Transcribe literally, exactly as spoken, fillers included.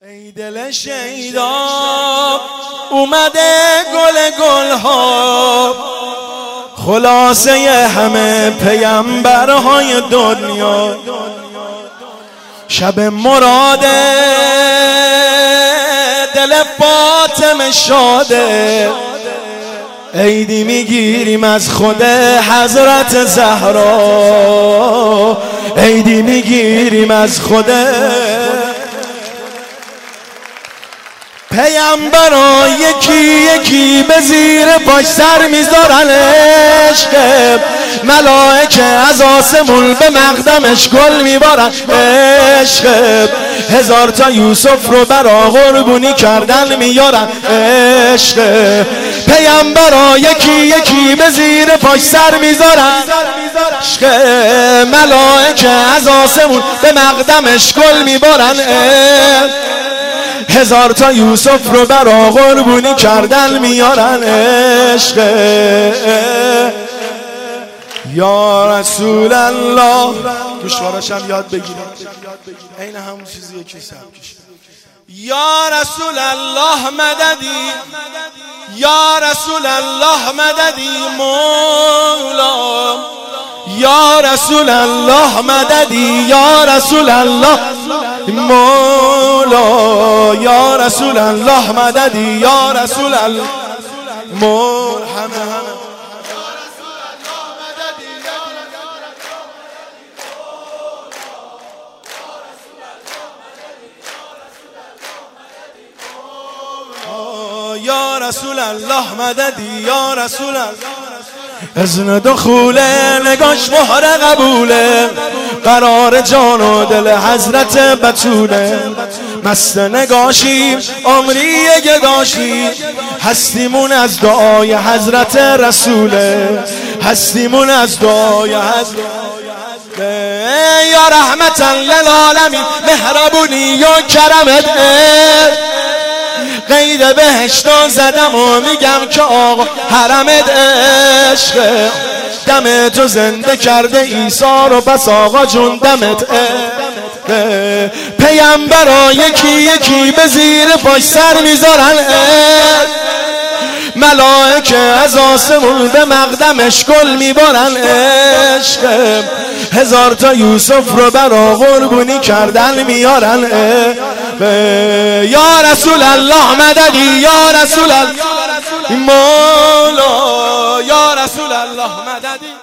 ای دل شیدا اومده گل گل ها، خلاصه همه پیامبرهای دنیا. شب مراد دل فاطمه شاده، عیدی میگیریم از خود حضرت زهرا، عیدی میگیریم از خود پیامبرا. یکی یکی به زیر پاش سر میذارن عشق، ملائکه از آسمون به مقدمش گل میبارن عشق. هزار تا یوسف رو برا قربونی کردن میارن عشق. پیامبرا یکی یکی به زیر پاش سر میذارن عشق، ملائکه از آسمون به مقدمش گل میبارن عشق. هزار تا یوسف رو برا قربونی کردن میارن عشق. یا رسول الله، گوشوارش هم یاد بگیرید، این همون چیزیه که سبکش. یا رسول الله مددی، یا رسول الله مددی مولا، یا رسول الله مددی، یا رسول الله مولا، یا رسول الله مددی، یا رسول الله مولا. همه همه یا رسول الله مددی، یا رسول الله. اذن دخوله نگاش مهر قبوله، قرار جان و دل حضرت بتوله. مست نگاشی عمری گداشی، هستیمون از دعای حضرت رسوله، هستیمون از دعای حضرت. یا رحمتا للعالمین مهربونی یا کرمت، قید بهشتا زدم و میگم که آقا حرمت عشق. دم تو زنده کرده عیسی رو، بس آقا جون دمت عشق. پیامبرا یکی یکی به زیر پاش سر میذارن عشق، ملائکه از آسمون به مقدمش گل میبارن عشق. هزار تا یوسف رو برا قربونی کردن میارن عشق. یا رسول الله مددی، یا رسول الله مولا، یا رسول الله مددی.